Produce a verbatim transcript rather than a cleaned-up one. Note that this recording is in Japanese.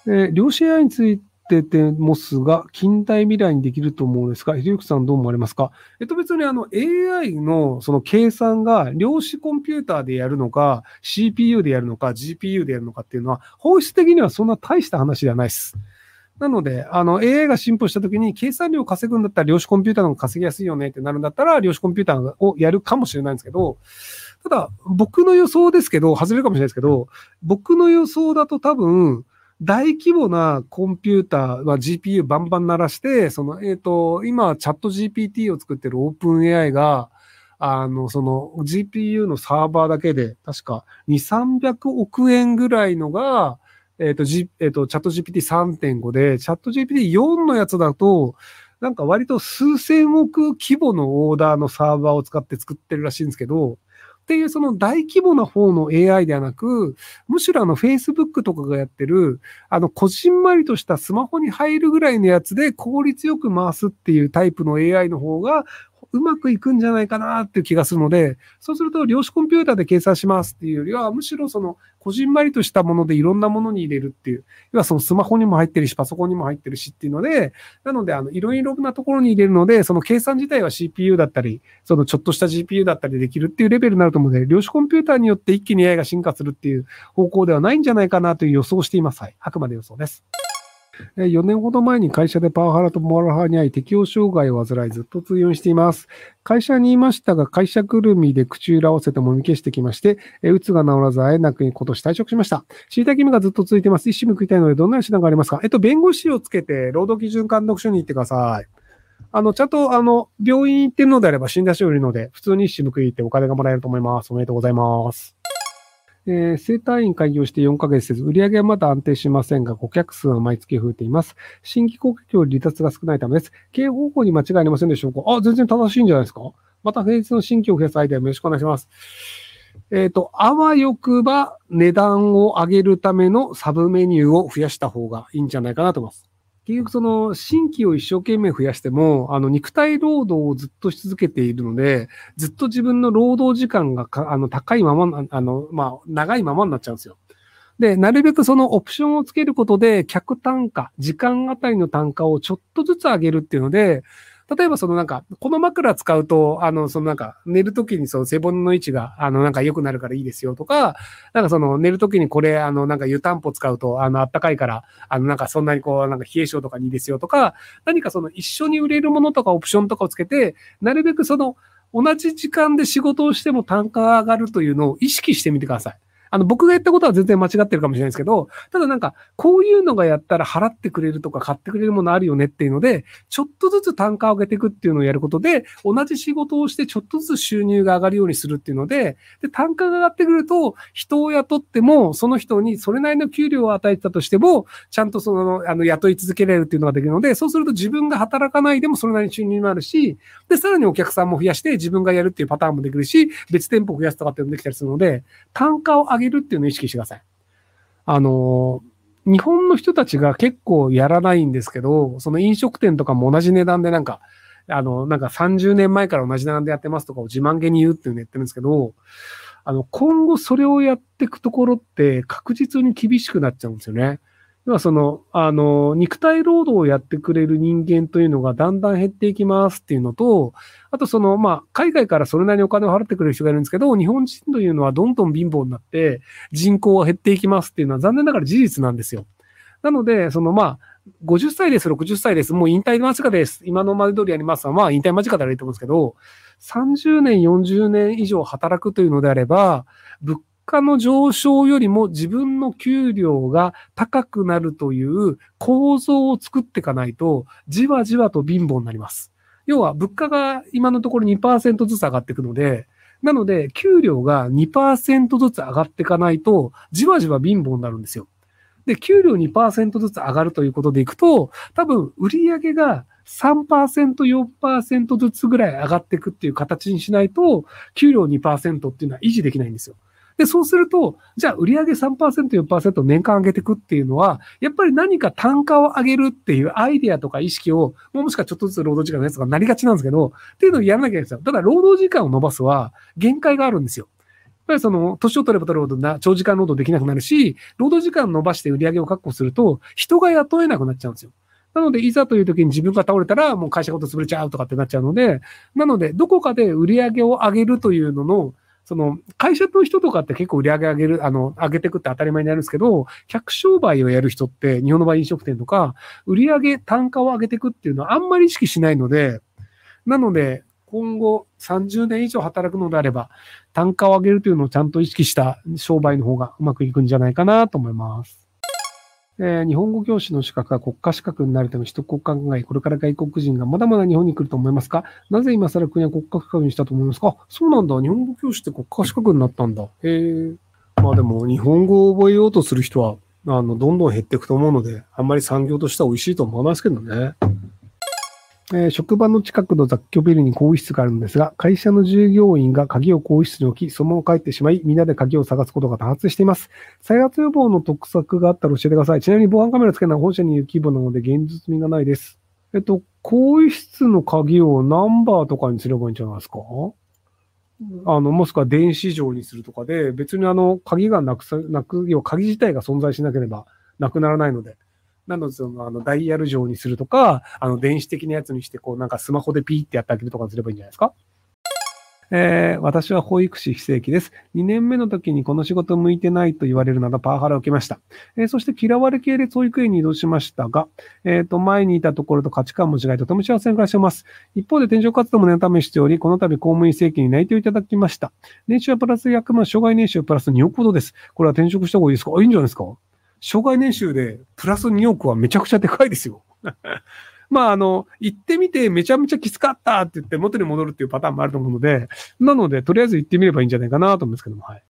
えー量子 エーアイ についててますが、近代未来にできると思うんですが、ひろゆきさんどう思われますか？えっと別にあの エーアイ のその計算が量子コンピューターでやるのか、シーピーユー でやるのか、ジーピーユー でやるのかっていうのは、本質的にはそんな大した話ではないです。なので、あの、エーアイ が進歩したときに、計算量を稼ぐんだったら量子コンピューターの方が稼ぎやすいよねってなるんだったら、量子コンピューターをやるかもしれないんですけど、ただ、僕の予想ですけど、外れるかもしれないですけど、僕の予想だと多分、大規模なコンピューターは ジーピーユー バンバン鳴らして、その、えっ、と、今、チャット ジーピーティー を作ってるオープン エーアイ が、あの、その ジーピーユー のサーバーだけで、確かに、さんびゃくおくえんぐらいのが、えっ、と、G、えっ、と、チャット ジーピーティーさんてんご で、チャット ジーピーティーよん のやつだと、なんか割と数千億規模のオーダーのサーバーを使って作ってるらしいんですけど、っていうその大規模な方の エーアイ ではなく、むしろあの Facebook とかがやってる、あのこじんまりとしたスマホに入るぐらいのやつで効率よく回すっていうタイプの エーアイ の方がうまくいくんじゃないかなっていう気がするので、そうすると量子コンピューターで計算しますっていうよりは、むしろそのこじんまりとしたものでいろんなものに入れるっていう、要はそのスマホにも入ってるし、パソコンにも入ってるしっていうので、なのであのいろいろなところに入れるので、その計算自体は シーピーユー だったり、そのちょっとした ジーピーユー だったりできるっていうレベルになると思うので、量子コンピューターによって一気に エーアイ が進化するっていう方向ではないんじゃないかなという予想をしています。はい。あくまで予想です。よねんほど前に会社でパワハラとモラハラに遭い適応障害を患いずっと通院しています。会社にいましたが会社ぐるみで口裏合わせてもみ消してきまして、うつが治らず会えなく今年退職しました。知りたい義務がずっと続いています。一矢報いたいのでどんな手段がありますか？えっと、弁護士をつけて労働基準監督署に行ってください。あの、ちゃんと、あの、病院行ってるのであれば診断書売るので、普通に一矢報いてお金がもらえると思います。おめでとうございます。えー、整体院開業してよんかげつせず、売上はまだ安定しませんが、顧客数は毎月増えています。新規顧客より離脱が少ないためです。経営方法に間違いありませんでしょうか？あ、全然正しいんじゃないですか？また平日の新規を増やすアイデアもよろしくお願いします。えっ、と、あわよくば値段を上げるためのサブメニューを増やした方がいいんじゃないかなと思います。結局その新規を一生懸命増やしても、あの肉体労働をずっとし続けているので、ずっと自分の労働時間がかあの高いまま、あの、まあ、長いままになっちゃうんですよ。で、なるべくそのオプションをつけることで、客単価、時間あたりの単価をちょっとずつ上げるっていうので、例えばそのなんか、この枕使うと、あの、そのなんか、寝るときにその背骨の位置が、あの、なんか良くなるからいいですよとか、なんかその寝るときにこれ、あの、なんか湯たんぽ使うと、あの、あったかいから、あの、なんかそんなにこう、なんか冷え性とかにいいですよとか、何かその一緒に売れるものとかオプションとかをつけて、なるべくその、同じ時間で仕事をしても単価が上がるというのを意識してみてください。あの、僕が言ったことは全然間違ってるかもしれないですけど、ただなんか、こういうのがやったら払ってくれるとか買ってくれるものあるよねっていうので、ちょっとずつ単価を上げていくっていうのをやることで、同じ仕事をしてちょっとずつ収入が上がるようにするっていうので、で、単価が上がってくると、人を雇っても、その人にそれなりの給料を与えてたとしても、ちゃんとその、あの、雇い続けられるっていうのができるので、そうすると自分が働かないでもそれなりに収入になるし、で、さらにお客さんも増やして自分がやるっていうパターンもできるし、別店舗を増やすとかっていうのもできたりするので、単価を上げるっていうのを意識してください。あの、日本の人たちが結構やらないんですけど、その飲食店とかも同じ値段でなんか、あの、なんかさんじゅうねんまえから同じ値段でやってますとかを自慢げに言うっていうのをやってるんですけど、あの、今後それをやっていくところって確実に厳しくなっちゃうんですよね。要はその、あの、肉体労働をやってくれる人間というのがだんだん減っていきますっていうのと、あとその、まあ、海外からそれなりにお金を払ってくれる人がいるんですけど、日本人というのはどんどん貧乏になって人口が減っていきますっていうのは残念ながら事実なんですよ。なので、そのまあ、ごじゅっさいです、ろくじゅっさいです、もう引退間近です、今のまで通りやりますは、まあ引退間近であると思うんですけど、さんじゅうねん、よんじゅうねん以上働くというのであれば、物価の上昇よりも自分の給料が高くなるという構造を作っていかないと、じわじわと貧乏になります。要は物価が今のところ にパーセント ずつ上がっていくので、なので給料が にパーセント ずつ上がっていかないと、じわじわ貧乏になるんですよ。で、給料 にパーセント ずつ上がるということでいくと、多分売上が さんパーセント、よんパーセント ずつぐらい上がっていくっていう形にしないと、給料 にパーセント っていうのは維持できないんですよ。で、そうすると、じゃあ売上 さんパーセント、よんパーセント 年間上げていくっていうのは、やっぱり何か単価を上げるっていうアイデアとか意識を、もしくはちょっとずつ労働時間のやつがなりがちなんですけど、っていうのをやらなきゃいけないんですよ。ただ労働時間を伸ばすは限界があるんですよ。 ぱりその、年を取れば取るほどな、長時間労働できなくなるし、労働時間伸ばして売り上げを確保すると、人が雇えなくなっちゃうんですよ。なので、いざという時に自分が倒れたら、もう会社ごと潰れちゃうとかってなっちゃうので、なので、どこかで売り上げを上げるというのの、その、会社の人とかって結構売り上げ上げる、あの、上げていくって当たり前になるんですけど、客商売をやる人って、日本の場合飲食店とか、売り上げ、単価を上げていくっていうのはあんまり意識しないので、なので、今後さんじゅうねん以上働くのであれば、単価を上げるというのをちゃんと意識した商売の方がうまくいくんじゃないかなと思います。えー日本語教師の資格が国家資格になるため取得国家考え、これから外国人がまだまだ日本に来ると思いますか？なぜ今更国は国家資格にしたと思いますか？あ、そうなんだ。日本語教師って国家資格になったんだ。へえ。まあでも、日本語を覚えようとする人は、あの、どんどん減っていくと思うので、あんまり産業としては美味しいと思わないですけどね。えー職場の近くの雑居ビルに更衣室があるのですが、会社の従業員が鍵を更衣室に置き、そのまま帰ってしまい、みんなで鍵を探すことが多発しています。再発予防の得策があったら教えてください。ちなみに防犯カメラつけるのは本社にいる規模なので現実味がないです。えっと、更衣室の鍵をナンバーとかにすればいいんじゃないですか？あの、もしくは電子錠にするとかで、別にあの、鍵がなくさ、なく、要は鍵自体が存在しなければなくならないので。なので、その、あの、ダイヤル錠にするとか、あの、電子的なやつにして、こう、なんかスマホでピーってやってあげるとかすればいいんじゃないですか？えー私は保育士非正規です。にねんめの時にこの仕事向いてないと言われるなどパワハラを受けました。えーそして嫌われ系列保育園に移動しましたが、えっと、前にいたところと価値観も違いとても幸せに暮らしています。一方で転職活動も念の試しており、この度公務員正規に内定をいただきました。年収はプラスひゃくまん、障害年収はプラスにおくほどです。これは転職した方がいいですか？あ、いいんじゃないですか？障害年収でプラスにおくはめちゃくちゃでかいですよ。まあ、あの、行ってみてめちゃめちゃきつかったって言って元に戻るっていうパターンもあると思うので、なので、とりあえず行ってみればいいんじゃないかなと思うんですけども、はい。